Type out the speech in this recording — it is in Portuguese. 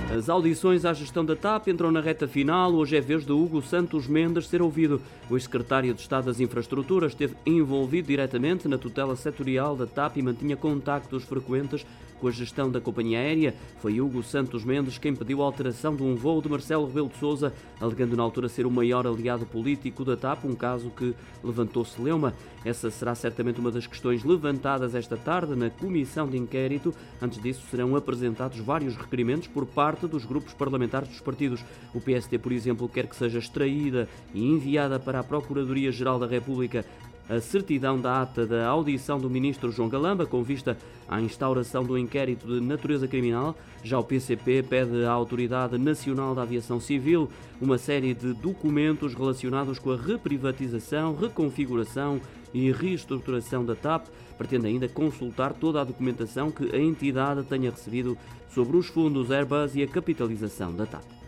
As audições à gestão da TAP entram na reta final. Hoje é vez de Hugo Santos Mendes ser ouvido. O ex-secretário de Estado das Infraestruturas esteve envolvido diretamente na tutela setorial da TAP e mantinha contactos frequentes com a gestão da companhia aérea. Foi Hugo Santos Mendes quem pediu a alteração de um voo de Marcelo Rebelo de Sousa, alegando na altura ser o maior aliado político da TAP, um caso que levantou celeuma. Essa será certamente uma das questões levantadas esta tarde na comissão de inquérito. Antes disso, serão apresentados vários requerimentos por parte dos grupos parlamentares dos partidos. O PSD, por exemplo, quer que seja extraída e enviada para a Procuradoria-Geral da República a certidão da ata da audição do ministro João Galamba, com vista à instauração do inquérito de natureza criminal. Já o PCP pede à Autoridade Nacional da Aviação Civil uma série de documentos relacionados com a reprivatização, reconfiguração e reestruturação da TAP. Pretende ainda consultar toda a documentação que a entidade tenha recebido sobre os fundos Airbus e a capitalização da TAP.